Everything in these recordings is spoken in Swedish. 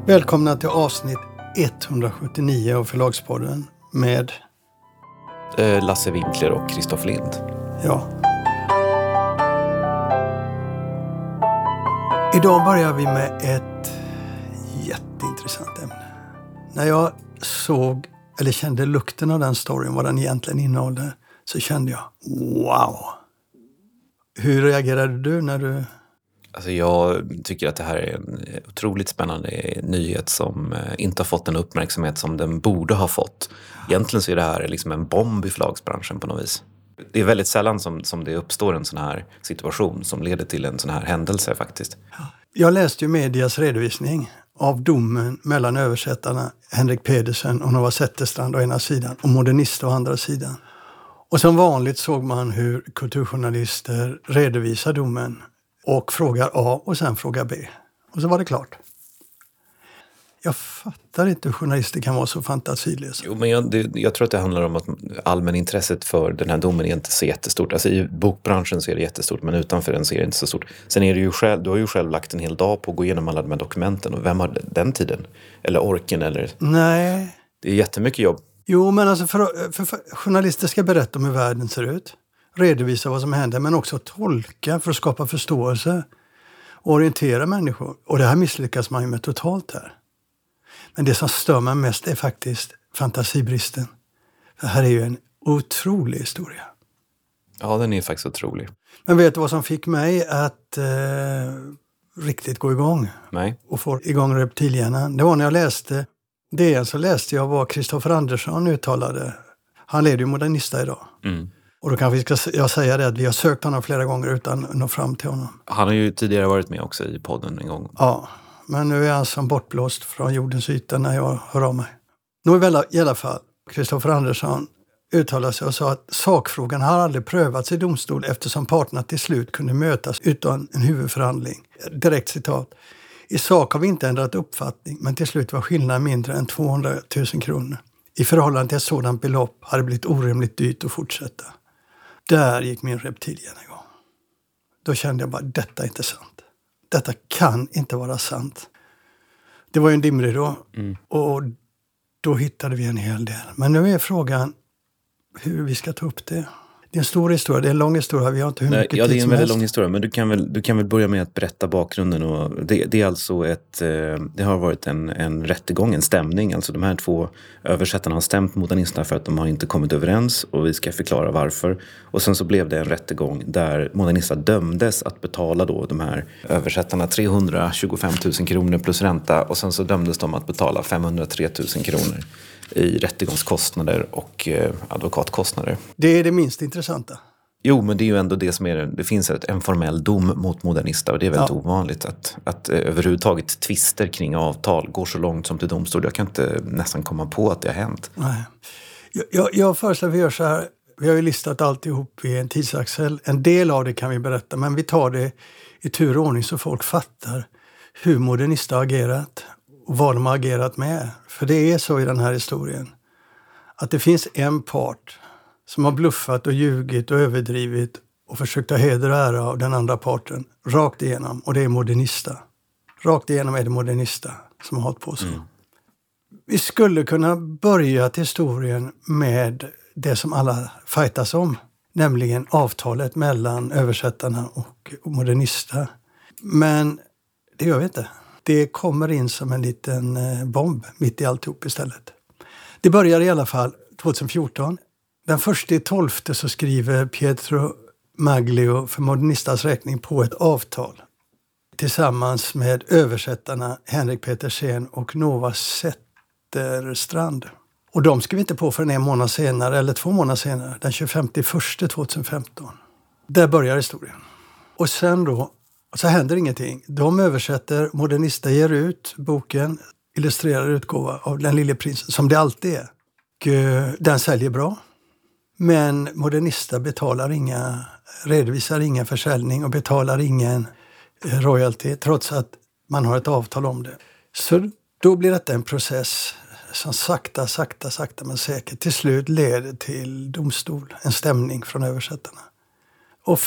Välkomna till avsnitt 179 av Förlagspodden med Lasse Winkler och Christoph Lind. Ja. Idag börjar vi med ett jätteintressant ämne. När jag såg eller kände lukten av den storyn, vad den egentligen innehåller, så kände jag wow. Hur reagerade du när du... Alltså jag tycker att det här är en otroligt spännande nyhet som inte har fått den uppmärksamhet som den borde ha fått. Egentligen så är det här liksom en bomb i förlagsbranschen på något vis. Det är väldigt sällan som det uppstår en sån här situation som leder till en sån här händelse faktiskt. Jag läste ju medias redovisning av domen mellan översättarna Henrik Pedersen och Nova Zetterstrand å ena sidan och Modernista å andra sidan. Och som vanligt såg man hur kulturjournalister redovisar domen och frågar A och sen frågar B. Och så var det klart. Jag fattar inte hur journalister kan vara så fantasilösa. Jo, men jag tror att det handlar om att allmänintresset för den här domen är inte så jättestort. Alltså i bokbranschen så är det jättestort, men utanför den så är det inte så stort. Sen är det ju själv, du har ju själv lagt en hel dag på att gå igenom alla de här dokumenten. Och vem har den tiden? Eller orken? Eller... Nej. Det är jättemycket jobb. Jo, men alltså för journalister ska berätta om hur världen ser ut. Redovisa vad som händer, men också tolka för att skapa förståelse. Och orientera människor. Och det här misslyckas man ju med totalt här. Men det som stör mig mest är faktiskt fantasibristen. Det här är ju en otrolig historia. Ja, den är faktiskt otrolig. Men vet du vad som fick mig att riktigt gå igång? Nej. Och få igång reptilhjärnan? Det var när jag läste det, så läste jag vad Kristoffer Andersson uttalade. Han leder ju Modernista idag. Mm. Och då kanske jag säga det att vi har sökt honom flera gånger utan att nå fram till honom. Han har ju tidigare varit med också i podden en gång. Ja, men nu är han som bortblåst från jordens yta när jag hör av mig. Nu väl i alla fall, Kristoffer Andersson uttalade sig och sa att sakfrågan har aldrig prövats i domstol eftersom parterna till slut kunde mötas utan en huvudförhandling. Direkt citat. I sak har vi inte ändrat uppfattning, men till slut var skillnaden mindre än 200 000 kronor. I förhållande till ett sådant belopp har det blivit orimligt dyrt att fortsätta. Där gick min reptilhjärna igång. Då kände jag bara, detta är inte sant. Detta kan inte vara sant. Det var ju en dimridå. Och då hittade vi en hel del. Men nu är frågan hur vi ska ta upp det. Det är en stor historia, det är en lång historia. Vi har inte hur mycket tid som helst. Ja, det är en väldigt lång historia. Men du kan väl börja med att berätta bakgrunden. Och det är alltså det har varit en rättegång, en stämning. Alltså de här två översättarna har stämt Modernisterna för att de har inte kommit överens. Och vi ska förklara varför. Och sen så blev det en rättegång där Modernisterna dömdes att betala då de här översättarna 325 000 kronor plus ränta. Och sen så dömdes de att betala 503 000 kronor i rättegångskostnader och advokatkostnader. Det är det minst intressanta. Jo, men det är ju ändå det som är det finns en formell dom mot Modernista och det är väldigt ovanligt att överhuvudtaget tvister kring avtal går så långt som till domstol. Jag kan inte nästan komma på att det har hänt. Nej. Jag föreslår att vi gör så här. Vi har ju listat alltihop i en tidsaxel. En del av det kan vi berätta, men vi tar det i tur och ordning så folk fattar hur Modernista har agerat och vad de har agerat med. För det är så i den här historien att det finns en part som har bluffat och ljugit och överdrivit och försökt ta heder och ära av den andra parten rakt igenom, och det är Modernista. Rakt igenom är det Modernista som har hållit på så. Vi skulle kunna börja till historien med det som alla fightas om, nämligen avtalet mellan översättarna och Modernista. Men det gör vi inte. Det kommer in som en liten bomb mitt i alltihop istället. Det börjar i alla fall 2014. Den 1/12 så skriver Pietro Maglio för Modernistas räkning på ett avtal tillsammans med översättarna Henrik Petersen och Nova Zetterstrand. Och de skrev inte på förrän 1 månad senare, eller 2 månader senare, den 25/1 2015. Där börjar historien. Och sen då så händer ingenting. De översätter, Modernista ger ut boken, illustrerad utgåva av Den lille prinsen, som det alltid är. Och den säljer bra. Men Modernista redovisar ingen försäljning och betalar ingen royalty, trots att man har ett avtal om det. Så då blir detta en process som sakta men säkert till slut leder till domstol, en stämning från översättarna. Och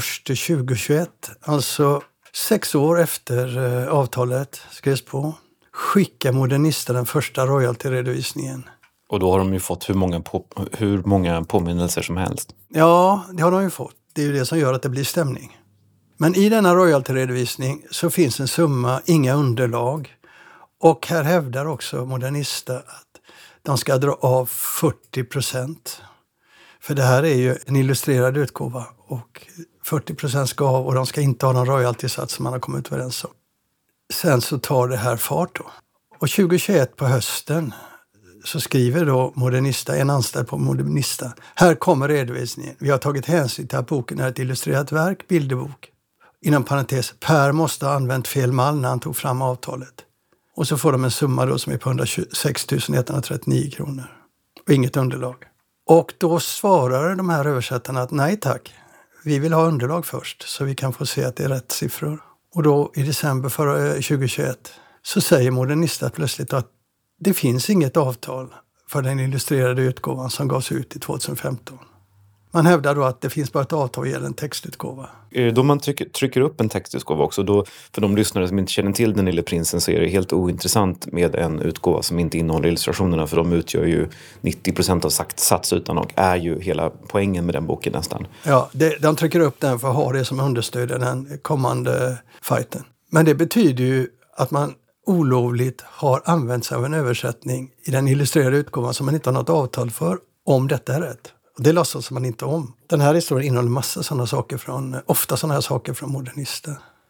15/1/2021, alltså 6 år efter avtalet skrevs på, skickar Modernista den första royalty-redovisningen. Och då har de ju fått hur många påminnelser som helst. Ja, det har de ju fått. Det är ju det som gör att det blir stämning. Men i denna royalty-redovisning så finns en summa, inga underlag. Och här hävdar också Modernista att de ska dra av 40%. För det här är ju en illustrerad utgåva och 40% ska av och de ska inte ha någon royalty-sats som man har kommit överens om. Sen så tar det här fart då. Och 2021 på hösten så skriver då Modernista, en anställd på Modernista. Här kommer redovisningen. Vi har tagit hänsyn till att boken är ett illustrerat verk, bilderbok. Inom parentes, Per måste ha använt fel mall när han tog fram avtalet. Och så får de en summa då som är på 126 139 kronor. Och inget underlag. Och då svarar de här översättarna att nej tack, vi vill ha underlag först så vi kan få se att det är rätt siffror. Och då i december 2021 så säger Modernista plötsligt att det finns inget avtal för den illustrerade utgåvan som gavs ut i 2015. Man hävdar då att det finns bara ett avtal gällande en textutgåva. Då man trycker upp en textutgåva också, då, för de lyssnare som inte känner till Den lille prinsen så är det helt ointressant med en utgåva som inte innehåller illustrationerna, för de utgör ju 90% av satsytan och är ju hela poängen med den boken nästan. Ja, de trycker upp den för att ha det som understöder den kommande fighten. Men det betyder ju att man olovligt har använt sig av en översättning i den illustrerade utgåvan som man inte har något avtal för, om detta är rätt. Och det låtsas man inte om. Den här historien innehåller massa sådana saker ofta sådana här saker från Modernista.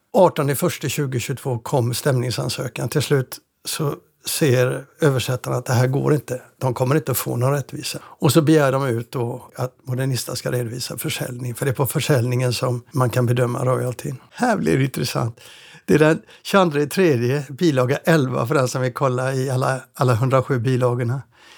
18/1/2022 kom stämningsansökan. Till slut så ser översättarna att det här går inte. De kommer inte att få någon rättvisa. Och så begär de ut då att Modernista ska redovisa försäljning. För det är på försäljningen som man kan bedöma royaltyn. Här blir det intressant. Det är den 22/3, bilaga 11 för den som vill kolla i alla 107 bilagorna.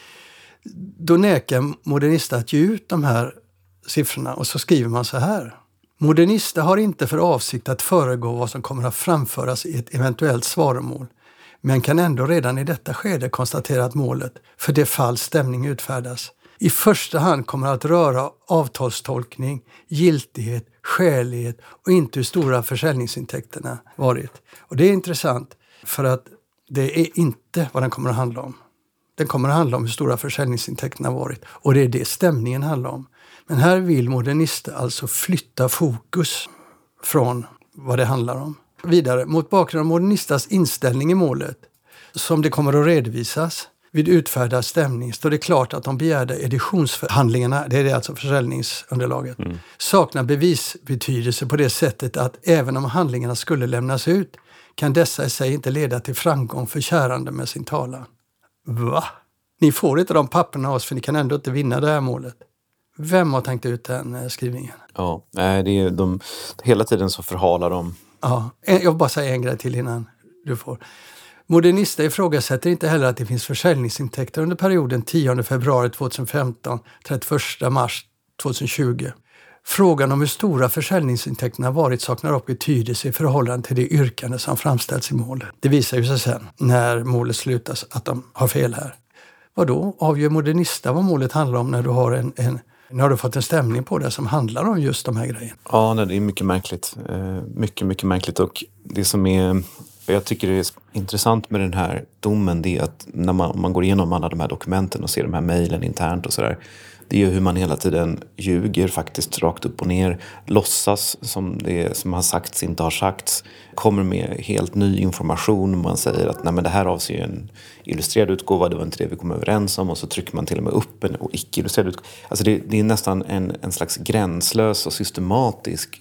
Då nekar Modernista att ge ut de här siffrorna och så skriver man så här. Modernista har inte för avsikt att föregå vad som kommer att framföras i ett eventuellt svaromål, men kan ändå redan i detta skede konstatera att målet, för det fall stämning utfärdas, i första hand kommer att röra avtalstolkning, giltighet, skälighet och inte hur stora försäljningsintäkterna varit. Och det är intressant för att det är inte vad den kommer att handla om. Den kommer att handla om hur stora försäljningsintäkterna varit. Och det är det stämningen handlar om. Men här vill Modernista alltså flytta fokus från vad det handlar om. Vidare, mot bakgrund av Modernistas inställning i målet, som det kommer att redovisas vid utfärdad stämning, står det klart att de begärda editionshandlingarna, det är alltså försäljningsunderlaget, saknar bevisbetydelse på det sättet att även om handlingarna skulle lämnas ut kan dessa i sig inte leda till framgång för kärande med sin talan. Va? Ni får inte de papperna av oss för ni kan ändå inte vinna det här målet. Vem har tänkt ut den skrivningen? Ja, det är hela tiden så förhalar de. Ja, jag vill bara säga en grej till innan du får. Modernista ifrågasätter inte heller att det finns försäljningsintäkter under perioden 10 februari 2015, 31 mars 2020. Frågan om hur stora försäljningsintäkterna varit saknar upp betydelse i förhållande till det yrkande som framställs i målet. Det visar ju sig sen, när målet slutas, att de har fel här. Vadå? Avgör Modernista vad målet handlar om när du har när du har fått en stämning på det som handlar om just de här grejerna? Ja, det är mycket märkligt. Mycket märkligt. Och det som jag tycker är intressant med den här domen, det är att när man går igenom alla de här dokumenten och ser de här mejlen internt och sådär, det är ju hur man hela tiden ljuger faktiskt rakt upp och ner, låtsas som det som har sagts inte har sagts, kommer med helt ny information. Man säger att nej, men det här avser ju en illustrerad utgåva, det var inte det vi kom överens om, och så trycker man till och med upp en icke-illustrerad utgåva. Alltså det är nästan en slags gränslös och systematisk...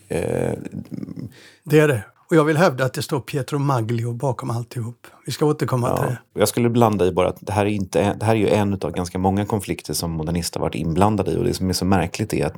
Det är det. Och jag vill hävda att det står Pietro Maglio bakom alltihop. Vi ska återkomma till det. Jag skulle blanda i bara att det här är ju en av ganska många konflikter som Modernista varit inblandad i. Och det som är så märkligt är att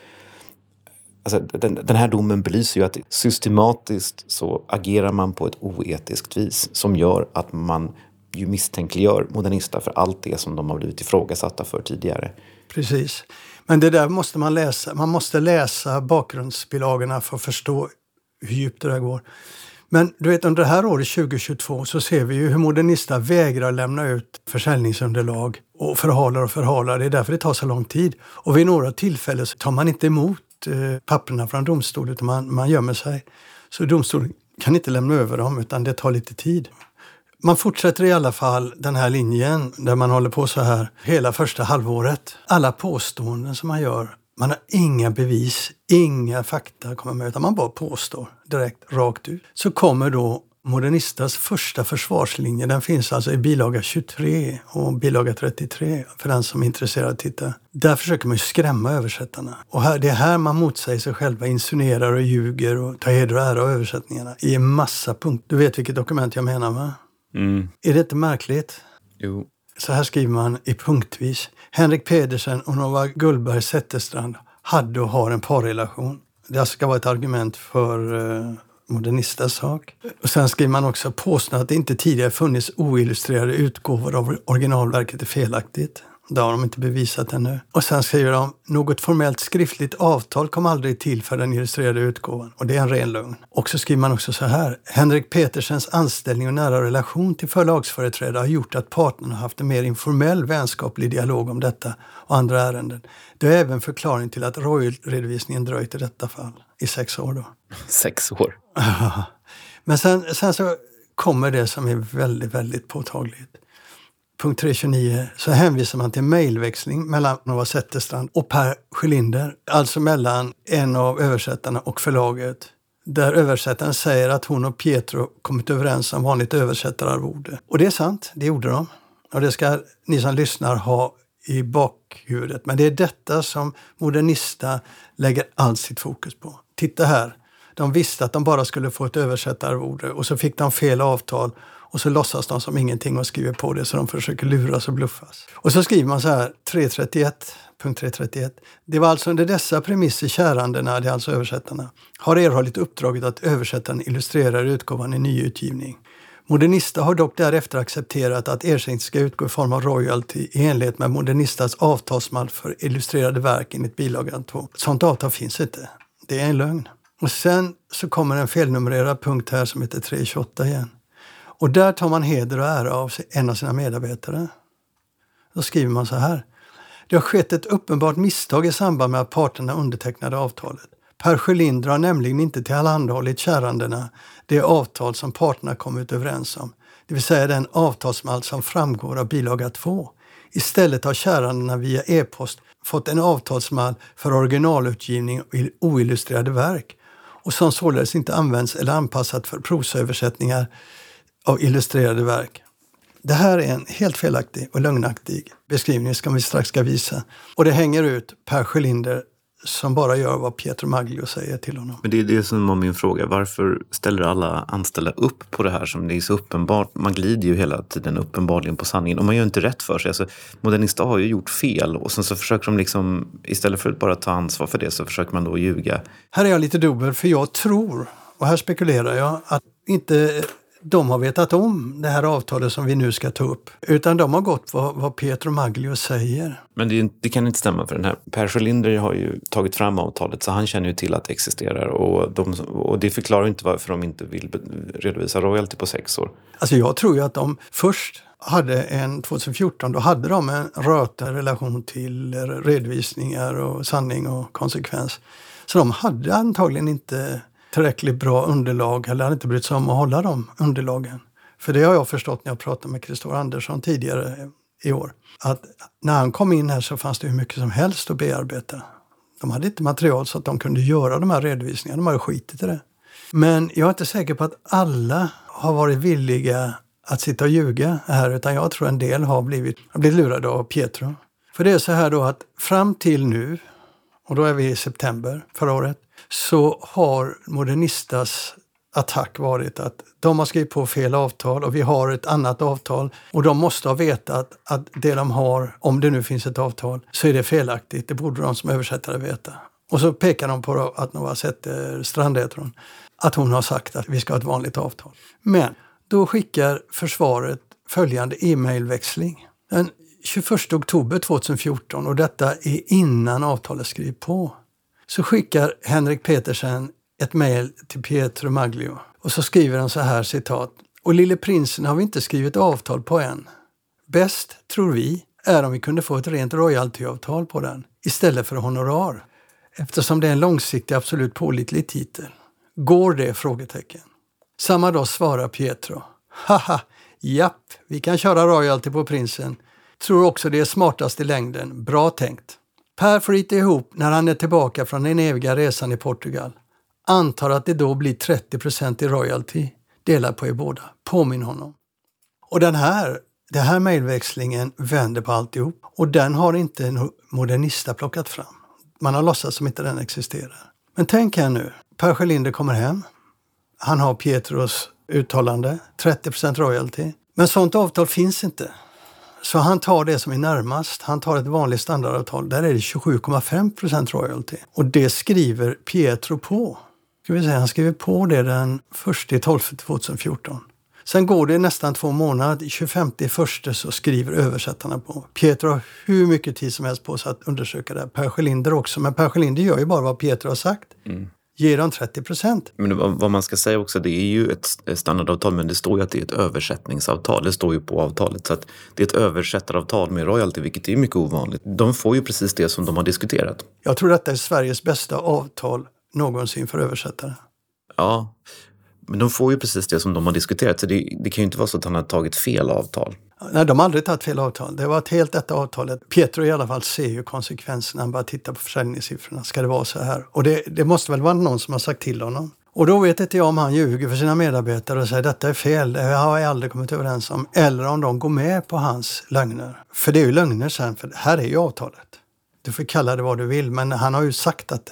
alltså den här domen belyser ju att systematiskt så agerar man på ett oetiskt vis som gör att man ju misstänkliggör Modernista för allt det som de har blivit ifrågasatta för tidigare. Precis. Men det där måste man läsa. Man måste läsa bakgrundsbilagorna för att förstå hur djupt det där går. Men du vet, under det här året 2022 så ser vi ju hur Modernista vägrar lämna ut försäljningsunderlag och förhalar. Det är därför det tar så lång tid. Och vid några tillfällen så tar man inte emot papperna från domstolen utan man gömmer sig. Så domstolen kan inte lämna över dem utan det tar lite tid. Man fortsätter i alla fall den här linjen där man håller på så här hela första halvåret. Alla påståenden som man gör, man har inga bevis, inga fakta kommer med, utan man bara påstår direkt, rakt ut. Så kommer då Modernistas första försvarslinje, den finns alltså i bilaga 23 och bilaga 33 för den som är intresserad att titta. Där försöker man ju skrämma översättarna. Och det är här man motsäger sig själva, insinuerar och ljuger och tar heder och ära av översättningarna i en massa punkter. Du vet vilket dokument jag menar, va? Mm. Är det inte märkligt? Jo. Så här skriver man i punktvis. Henrik Pedersen och Nova Gullberg Zetterstrand hade och har en parrelation. Det ska vara ett argument för Modernistas sak. Och sen skriver man också påstå att det inte tidigare funnits oillustrerade utgåvor av originalverket är felaktigt. Det har de inte bevisat ännu. Och sen skriver de, något formellt skriftligt avtal kom aldrig till för den illustrerade utgåvan. Och det är en ren lögn. Och så skriver man också så här. Henrik Petersens anställning och nära relation till förlagsföreträdare har gjort att parterna har haft en mer informell vänskaplig dialog om detta och andra ärenden. Det är även förklaring till att Royal-redovisningen dröjt i detta fall i 6 år då. 6 år? Men sen så kommer det som är väldigt, väldigt påtagligt. Punkt 329 så hänvisar man till mejlväxling mellan Nova Zetterstrand och Per Sjölinder. Alltså mellan en av översättarna och förlaget. Där översättaren säger att hon och Pietro kommit överens om vanligt översättararvode. Och det är sant, det gjorde de. Och det ska ni som lyssnar ha i bakhuvudet. Men det är detta som Modernista lägger allt sitt fokus på. Titta här. De visste att de bara skulle få ett översättararvode och så fick de fel avtal. Och så låtsas de som ingenting och skriver på det så de försöker luras och bluffas. Och så skriver man så här, 331, punkt 331. Det var alltså under dessa premisser kärandena, det är alltså översättarna, har erhållit uppdraget att översätta en illustrerad utgåvan i nyutgivning. Modernista har dock därefter accepterat att ersättning ska utgå i form av royalty i enlighet med Modernistas avtalsmall för illustrerade verk enligt bilagan 2. Sånt avtal finns inte. Det är en lögn. Och sen så kommer en felnumrerad punkt här som heter 328 igen. Och där tar man heder och ära av en av sina medarbetare. Då skriver man så här. Det har skett ett uppenbart misstag i samband med att parterna undertecknade avtalet. Per Sjölinder har nämligen inte tillhandahållit kärandena det avtal som parterna kommit överens om. Det vill säga den avtalsmall som framgår av bilaga 2. Istället har kärandena via e-post fått en avtalsmall för originalutgivning och oillustrerade verk. Och som således inte används eller anpassat för prosaöversättningar av illustrerade verk. Det här är en helt felaktig och lögnaktig beskrivning som vi strax ska visa. Och det hänger ut Per Sjölinder som bara gör vad Pietro Maglio säger till honom. Men det är det som var min fråga. Varför ställer alla anställda upp på det här som det är så uppenbart? Man glider ju hela tiden uppenbarligen på sanningen. Och man gör inte rätt för sig. Alltså, Modernista har ju gjort fel. Och sen så försöker de liksom, istället för att bara ta ansvar för det så försöker man då ljuga. Här är jag lite dubbel för jag tror, och här spekulerar jag, att inte de har vetat om det här avtalet som vi nu ska ta upp. Utan de har gått vad Pietro Maglio säger. Men det kan inte stämma för den här. Per Sjölinder har ju tagit fram avtalet så han känner ju till att det existerar. Och det förklarar inte varför de inte vill redovisa royalty på 6 år. Alltså jag tror ju att de först hade 2014, då hade de en röta relation till redovisningar och sanning och konsekvens. Så de hade antagligen inte tillräckligt bra underlag eller hade inte brytt sig om att hålla de underlagen. För det har jag förstått när jag pratade med Kristoffer Andersson tidigare i år. Att när han kom in här så fanns det hur mycket som helst att bearbeta. De hade inte material så att de kunde göra de här redovisningarna. De hade skitit i det. Men jag är inte säker på att alla har varit villiga att sitta och ljuga här. Utan jag tror en del har blivit lurade av Pietro. För det är så här då att fram till nu, och då är vi i september förra året, så har Modernistas attack varit att de har skrivit på fel avtal och vi har ett annat avtal och de måste ha vetat att det de har, om det nu finns ett avtal, så är det felaktigt. Det borde de som översättare veta. Och så pekar de på att Nova Zetterstrand, att hon har sagt att vi ska ha ett vanligt avtal. Men då skickar försvaret följande e-mailväxling. Den 21 oktober 2014, och detta är innan avtalet skrivs på, så skickar Henrik Petersen ett mejl till Pietro Maglio. Och så skriver han så här, citat. Och Lille Prinsen har vi inte skrivit avtal på än. Bäst, tror vi, är om vi kunde få ett rent royaltyavtal på den istället för honorar. Eftersom det är en långsiktig, absolut pålitlig titel. Går det? Frågetecken. Samma dag svarar Pietro. Haha, Japp, vi kan köra royalty på prinsen. Tror också det är smartast i längden. Bra tänkt. Per får rita ihop när han är tillbaka från den eviga resan i Portugal. Antar att det då blir 30% i royalty. Dela på er båda. Påminn honom. Och den här mejlväxlingen vänder på alltihop. Och den har inte en modernista plockat fram. Man har låtsats som inte den existerar. Men tänk här nu. Per Sjölinder kommer hem. Han har Pietros uttalande. 30% royalty. Men sånt avtal finns inte. Så han tar det som är närmast. Han tar ett vanligt standardavtal. Där är det 27,5% royalty. Och det skriver Pietro på. Ska vi säga, han skriver på det den 1/12/2014. Sen går det nästan 2 månader. 25/1 så skriver översättarna på. Pietro har hur mycket tid som helst på sig att undersöka det. Per Sjölinder också. Men Per Sjölinder gör ju bara vad Pietro har sagt. Ger dem 30%. Men vad man ska säga också, det är ju ett standardavtal, men det står ju att det är ett översättningsavtal. Det står ju på avtalet. Så att det är ett översättaravtal med royalty, vilket är mycket ovanligt. De får ju precis det som de har diskuterat. Jag tror att det är Sveriges bästa avtal någonsin för översättare. Ja, men de får ju precis det som de har diskuterat. Så det kan ju inte vara så att han har tagit fel avtal. Nej, de har aldrig tagit fel avtal. Det var ett helt detta avtalet. Pietro i alla fall ser ju konsekvenserna. Han bara tittar på försäljningssiffrorna. Ska det vara så här? Och det måste väl vara någon som har sagt till honom. Och då vet inte jag om han ljuger för sina medarbetare och säger detta är fel. Det har jag aldrig kommit överens om. Eller om de går med på hans lögner. För det är ju lögner sen. För här är ju avtalet. Du får kalla det vad du vill. Men han har ju sagt att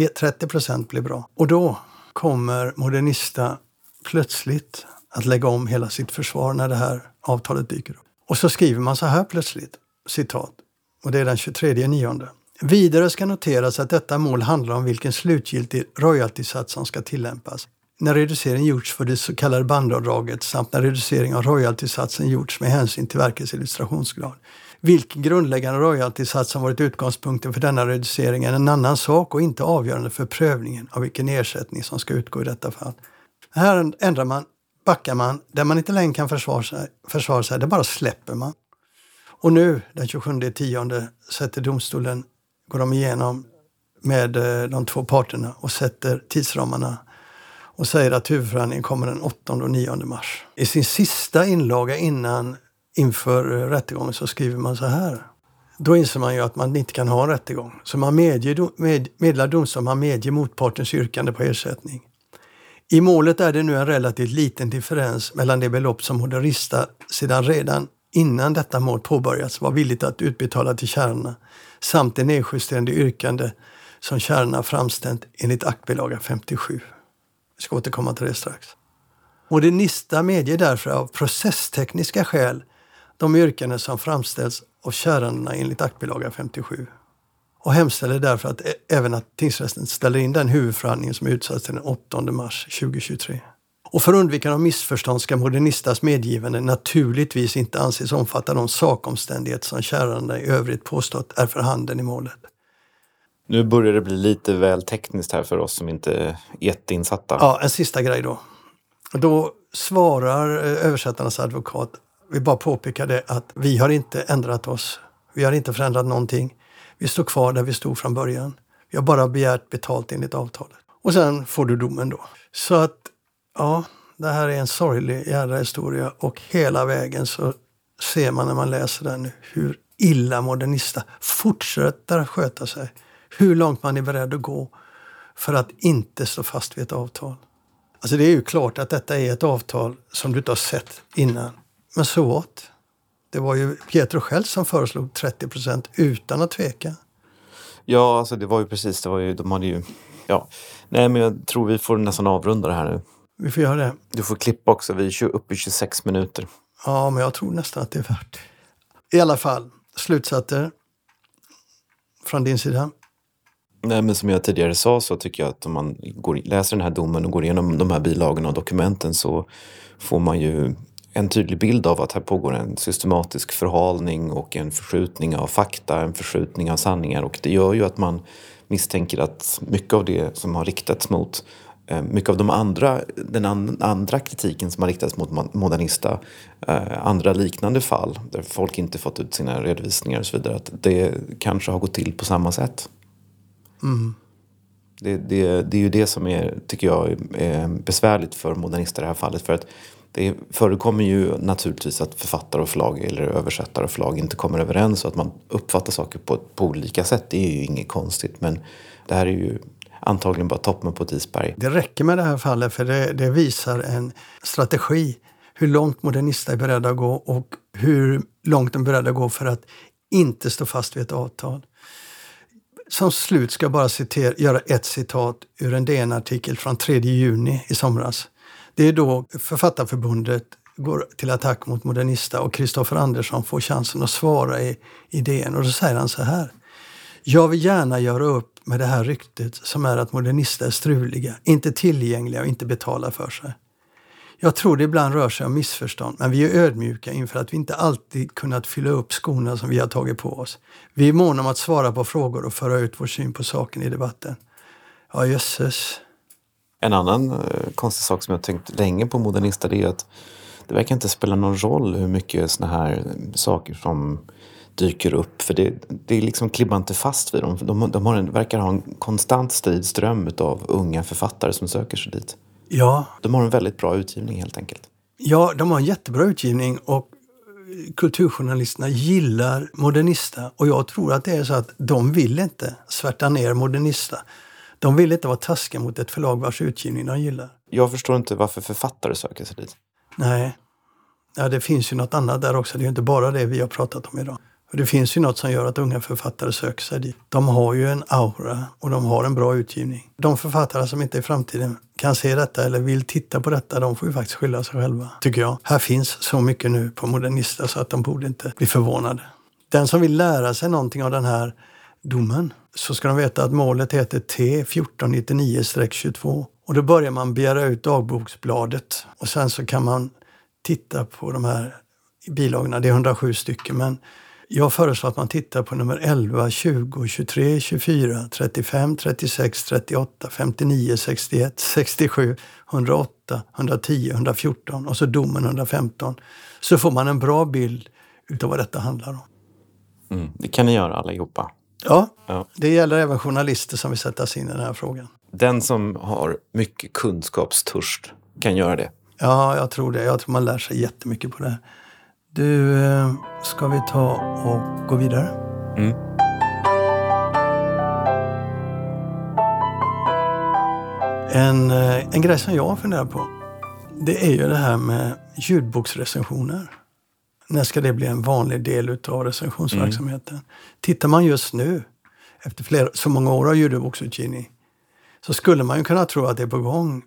30% blir bra. Och då kommer modernista plötsligt att lägga om hela sitt försvar när det här avtalet dyker upp. Och så skriver man så här plötsligt, citat, och det är den 23/9. Vidare ska noteras att detta mål handlar om vilken slutgiltig royaltysats som ska tillämpas. När reducering gjorts för det så kallade bandavdraget samt när reducering av royaltysatsen gjorts med hänsyn till verkets illustrationsgrad. Vilken grundläggande royaltysats som varit utgångspunkten för denna reducering är en annan sak och inte avgörande för prövningen av vilken ersättning som ska utgå i detta fall. Här ändrar man, backar man, där man inte längre kan försvara sig, det bara släpper man. Och nu, den 27/10, sätter domstolen, går de igenom med de 2 parterna och sätter tidsramarna och säger att huvudförhandlingen kommer den 8 och 9 mars. I sin sista inlaga inför rättegången så skriver man så här. Då inser man ju att man inte kan ha en rättegång. Så man meddelar domstolen, man medger motpartens yrkande på ersättning. I målet är det nu en relativt liten differens mellan det belopp som modernista sedan redan innan detta mål påbörjats var villigt att utbetala till kärnorna samt det nedjusterande yrkande som kärnorna framställt enligt aktbilaga 57. Vi ska återkomma till det strax. Modernista medger därför av processtekniska skäl de yrkanden som framställs av kärnorna enligt aktbilaga 57. Och hemställer därför att även att tingsrätten ställer in den huvudförhandlingen som utsatts till den 8 mars 2023. Och för undvikande av missförstånd ska modernistas medgivande naturligtvis inte anses omfatta de sakomständigheter som kärnorna i övrigt påstått är för handen i målet. Nu börjar det bli lite väl tekniskt här för oss som inte är jätteinsatta. Ja, en sista grej då. Då svarar översättarnas advokat, vi bara påpekar det, att vi har inte ändrat oss. Vi har inte förändrat någonting. Vi står kvar där vi stod från början. Vi har bara begärt betalt enligt avtalet. Och sen får du domen då. Så att, ja, det här är en sorglig jävla historia. Och hela vägen så ser man när man läser den nu hur illa modernista fortsätter att sköta sig. Hur långt man är beredd att gå för att inte stå fast vid ett avtal. Alltså det är ju klart att detta är ett avtal som du inte har sett innan. Men så what? Det var ju Pietro själv som föreslog 30% utan att tveka. Ja, alltså det var ju precis, de hade ju, ja. Nej, men jag tror vi får nästan avrunda det här nu. Vi får göra det. Du får klippa också, vi är uppe i 26 minuter. Ja, men jag tror nästan att det är värt. I alla fall, slutsatser från din sida? Nej, men som jag tidigare sa så tycker jag att om man läser den här domen och går igenom de här bilagorna och dokumenten så får man ju en tydlig bild av att här pågår en systematisk förhalning och en förskjutning av fakta, en förskjutning av sanningar. Och det gör ju att man misstänker att mycket av det som har riktats mot, mycket av den andra kritiken som har riktats mot modernista, andra liknande fall där folk inte fått ut sina redovisningar och så vidare, att det kanske har gått till på samma sätt. Mm. Det är ju det som är, tycker jag, är besvärligt för modernister i det här fallet. För att Det förekommer ju naturligtvis att författare och förlag eller översättare och förlag inte kommer överens och att man uppfattar saker på olika sätt. Det är ju inget konstigt, men det här är ju antagligen bara toppen på ett isberg. Det räcker med det här fallet, för det visar en strategi. Hur långt modernister är beredda att gå och hur långt de är beredda att gå för att inte stå fast vid ett avtal. Som slut ska jag bara göra ett citat ur en DN-artikel från 3 juni i somras. Det är då Författarförbundet går till attack mot Modernista och Kristoffer Andersson får chansen att svara i DN. Och då säger han så här: jag vill gärna göra upp med det här ryktet som är att Modernista är struliga, inte tillgängliga och inte betalar för sig. Jag tror det ibland rör sig om missförstånd, men vi är ödmjuka inför att vi inte alltid kunnat fylla upp skorna som vi har tagit på oss. Vi är måna om att svara på frågor och föra ut vår syn på saken i debatten. Ja, jösses. En annan konstig sak som jag tänkt länge på Modernista, det är att det verkar inte spela någon roll hur mycket såna här saker som dyker upp. För det är liksom klibbar inte fast vid dem. De verkar ha en konstant stridström av unga författare som söker sig dit. Ja. De har en väldigt bra utgivning helt enkelt. Ja, de har en jättebra utgivning och kulturjournalisterna gillar Modernista. Och jag tror att det är så att de vill inte svärta ner Modernista. De vill inte vara taskiga mot ett förlag vars utgivning de gillar. Jag förstår inte varför författare söker sig dit. Nej, ja, det finns ju något annat där också. Det är ju inte bara det vi har pratat om idag. Och det finns ju något som gör att unga författare söker sig dit. De har ju en aura och de har en bra utgivning. De författare som inte i framtiden kan se detta eller vill titta på detta, de får ju faktiskt skylla sig själva, tycker jag. Här finns så mycket nu på Modernista så att de borde inte bli förvånade. Den som vill lära sig någonting av den här domen, så ska de veta att målet heter T1499-22. Och då börjar man begära ut dagboksbladet och sen så kan man titta på de här bilagorna. Det är 107 stycken, men jag föreslår att man tittar på nummer 11, 20, 23, 24, 35, 36, 38, 59, 61, 67, 108, 110, 114 och så domen 115. Så får man en bra bild utav vad detta handlar om. Det kan ni göra allihopa. Ja, det gäller även journalister som vill sätta sig in i den här frågan. Den som har mycket kunskapstörst kan göra det. Ja, jag tror det. Jag tror man lär sig jättemycket på det. Du, ska vi ta och gå vidare? En grej som jag funderar på, det är ju det här med ljudboksrecensioner. När ska det bli en vanlig del av recensionsverksamheten? Tittar man just nu, efter så många år av ljudboksutgivning, så skulle man ju kunna tro att det är på gång.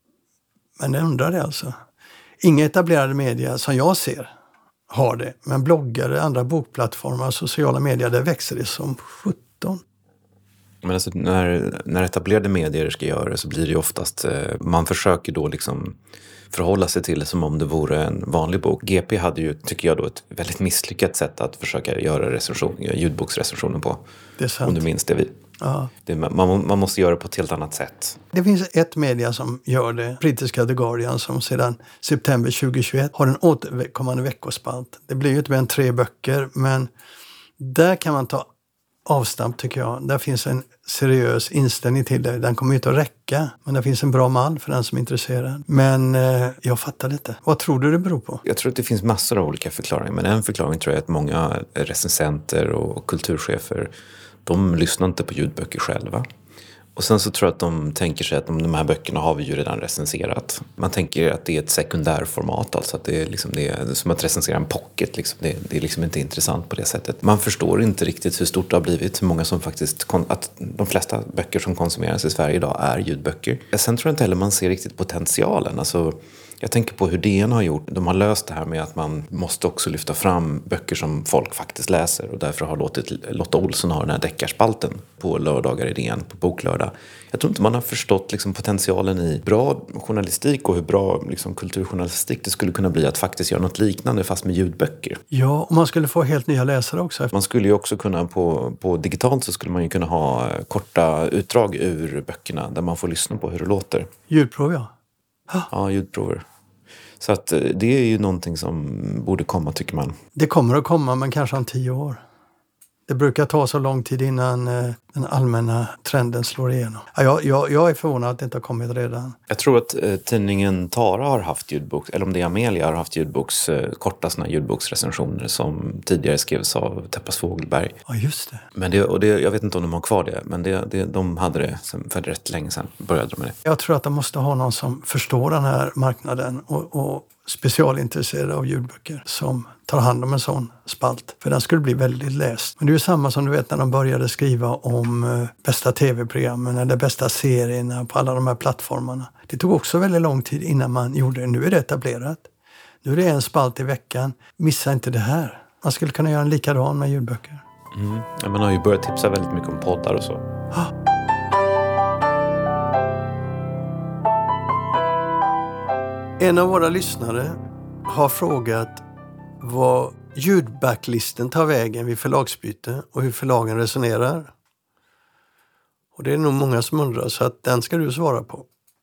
Men jag undrar det alltså. Inga etablerade medier som jag ser har det. Men bloggare, andra bokplattformar, sociala medier, där växer det som 17. Men alltså, när etablerade medier ska göra det så blir det ju oftast, man försöker då liksom förhålla sig till det som om det vore en vanlig bok. GP hade ju, tycker jag då, ett väldigt misslyckat sätt att försöka göra ljudboksrecensioner på. Det är sant. Om du minns det vi. Ja. Man måste göra det på ett helt annat sätt. Det finns ett media som gör det, brittiska The Guardian, som sedan september 2021 har en återkommande veckospalt. Det blir ju inte mer än 3 böcker, men där kan man ta avstamp, tycker jag. Där finns en seriös inställning till det. Den kommer inte att räcka, men det finns en bra mall för den som är intresserad. Men jag fattar inte. Vad tror du det beror på? Jag tror att det finns massor av olika förklaringar, men en förklaring tror jag är att många recensenter och kulturchefer, de lyssnar inte på ljudböcker själva. Och sen så tror jag att de tänker sig att de här böckerna har vi ju redan recenserat. Man tänker att det är ett sekundärformat, alltså att det är som att recensera en pocket. Liksom. Det är liksom inte intressant på det sättet. Man förstår inte riktigt hur stort det har blivit, hur många som faktiskt, att de flesta böcker som konsumeras i Sverige idag är ljudböcker. Sen tror jag inte heller man ser riktigt potentialen. Alltså, jag tänker på hur DN har gjort. De har löst det här med att man måste också lyfta fram böcker som folk faktiskt läser. Och därför har låtit Lotta Olsson ha den här deckarspalten på lördagar i DN, på boklördag. Jag tror inte man har förstått liksom potentialen i bra journalistik och hur bra liksom kulturjournalistik det skulle kunna bli att faktiskt göra något liknande fast med ljudböcker. Ja, och man skulle få helt nya läsare också. Man skulle ju också kunna på digitalt så skulle man ju kunna ha korta utdrag ur böckerna där man får lyssna på hur det låter. Ljudprov, ja. Ja, ljudprover. Så att det är ju någonting som borde komma, tycker man. Det kommer att komma, men kanske om 10 år. Det brukar ta så lång tid innan den allmänna trenden slår igenom. Ja, jag är förvånad att det inte har kommit redan. Jag tror att tidningen Tara har haft ljudboks, eller om det är Amelia har haft korta såna ljudboksrecensioner som tidigare skrevs av Teppas Fågelberg. Ja, just det. Men jag vet inte om de har kvar det, men de hade det för rätt länge sedan. Började de med det. Jag tror att de måste ha någon som förstår den här marknaden och specialintresserad av ljudböcker som tar hand om en sån spalt. För den skulle bli väldigt läst. Men det är ju samma som du vet när de började skriva om bästa tv-programmen eller bästa serierna på alla de här plattformarna. Det tog också väldigt lång tid innan man gjorde det. Nu är det etablerat. Nu är det en spalt i veckan. Missa inte det här. Man skulle kunna göra en likadan med ljudböcker. Ja, man har ju börjat tipsa väldigt mycket om poddar och så. En av våra lyssnare har frågat vad ljudbacklisten tar vägen vid förlagsbyte och hur förlagen resonerar. Och det är nog många som undrar, så att den ska du svara på,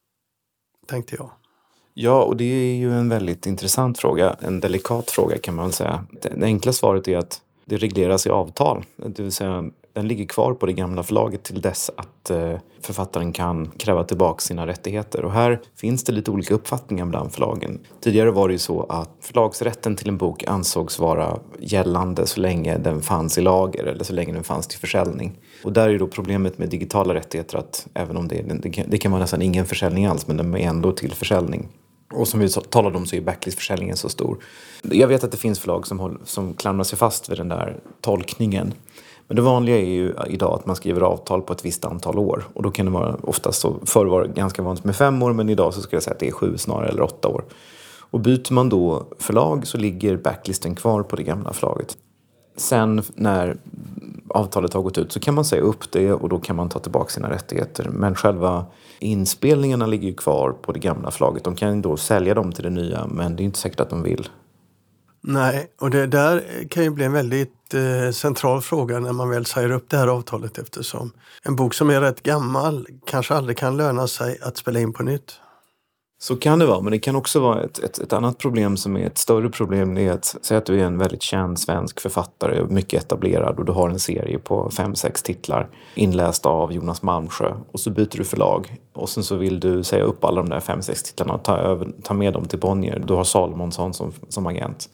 tänkte jag. Ja, och det är ju en väldigt intressant fråga, en delikat fråga kan man väl säga. Det enkla svaret är att det regleras i avtal, det vill säga den ligger kvar på det gamla förlaget till dess att författaren kan kräva tillbaka sina rättigheter. Och här finns det lite olika uppfattningar bland förlagen. Tidigare var det ju så att förlagsrätten till en bok ansågs vara gällande så länge den fanns i lager eller så länge den fanns till försäljning. Och där är då problemet med digitala rättigheter att även om det kan vara nästan ingen försäljning alls, men den är ändå till försäljning. Och som vi talade om så är backlistförsäljningen så stor. Jag vet att det finns förlag som klamrar sig fast vid den där tolkningen. Men det vanliga är ju idag att man skriver avtal på ett visst antal år. Och då kan det vara oftast så, förr var det ganska vanligt med 5 år, men idag så ska jag säga att det är 7 snarare eller 8 år. Och byter man då förlag så ligger backlisten kvar på det gamla förlaget. Sen när avtalet har gått ut så kan man säga upp det och då kan man ta tillbaka sina rättigheter. Men själva inspelningarna ligger ju kvar på det gamla förlaget. De kan ju då sälja dem till det nya, men det är inte säkert att de vill. Nej, och det där kan ju bli en väldigt central fråga när man väl säger upp det här avtalet, eftersom en bok som är rätt gammal kanske aldrig kan löna sig att spela in på nytt. Så kan det vara, men det kan också vara ett annat problem som är ett större problem. Det är att säga att du är en väldigt känd svensk författare, mycket etablerad, och du har en serie på 5-6 titlar inlästa av Jonas Malmsjö, och så byter du förlag och sen så vill du säga upp alla de där 5-6 titlarna och ta med dem till Bonnier. Du har Salomonsson som agent.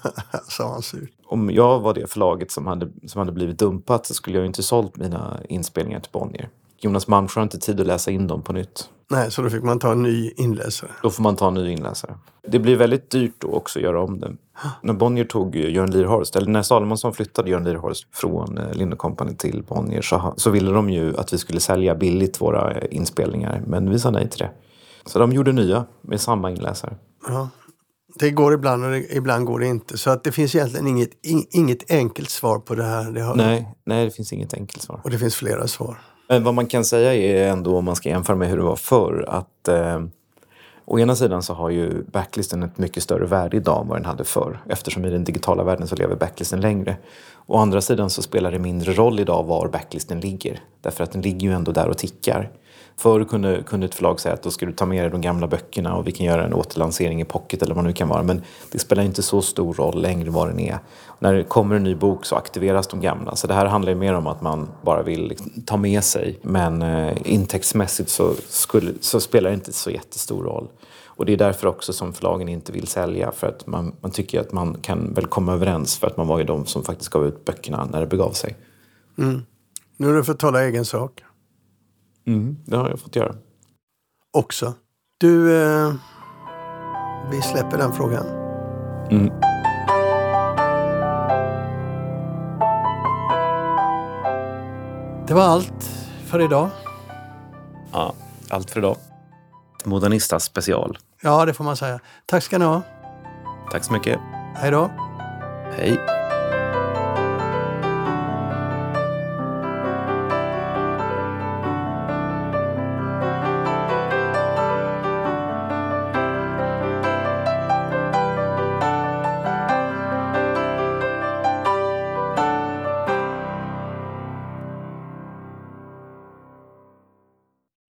Sa han surt. Om jag var det förlaget som hade blivit dumpat så skulle jag inte sålt mina inspelningar till Bonnier. Jonas Malmsjö har inte tid att läsa in dem på nytt. Nej, så då fick man ta en ny inläsare. Då får man ta en ny inläsare. Det blir väldigt dyrt då också att göra om det. När Bonnier tog Jörn Lierhorst, eller när Salomonsson flyttade Jörn Lierhorst från Lind & Company till Bonnier så ville de ju att vi skulle sälja billigt våra inspelningar. Men vi sa nej till det. Så de gjorde nya med samma inläsare. Ja. Det går ibland och ibland går det inte. Så att det finns egentligen inget enkelt svar på det här. Nej, det finns inget enkelt svar. Och det finns flera svar. Men vad man kan säga är ändå, om man ska jämföra med hur det var förr, att å ena sidan så har ju backlisten ett mycket större värde idag än vad den hade förr. Eftersom i den digitala världen så lever backlisten längre. Å andra sidan så spelar det mindre roll idag var backlisten ligger. Därför att den ligger ju ändå där och tickar. Förr kunde ett förlag säga att då ska du ta med dig de gamla böckerna och vi kan göra en återlansering i pocket eller vad det nu kan vara. Men det spelar inte så stor roll längre vad den är. När det kommer en ny bok så aktiveras de gamla. Så det här handlar ju mer om att man bara vill ta med sig. Men intäktsmässigt så spelar det inte så jättestor roll. Och det är därför också som förlagen inte vill sälja. För att man tycker att man kan väl komma överens, för att man var ju de som faktiskt gav ut böckerna när det begav sig. Mm. Nu har du fått tala egen sak. Det har jag fått göra. Också. Du, vi släpper den frågan. Det var allt för idag. Ja, allt för idag. Modernistas special. Ja, det får man säga. Tack ska ni ha. Tack så mycket. Hej då. Hej.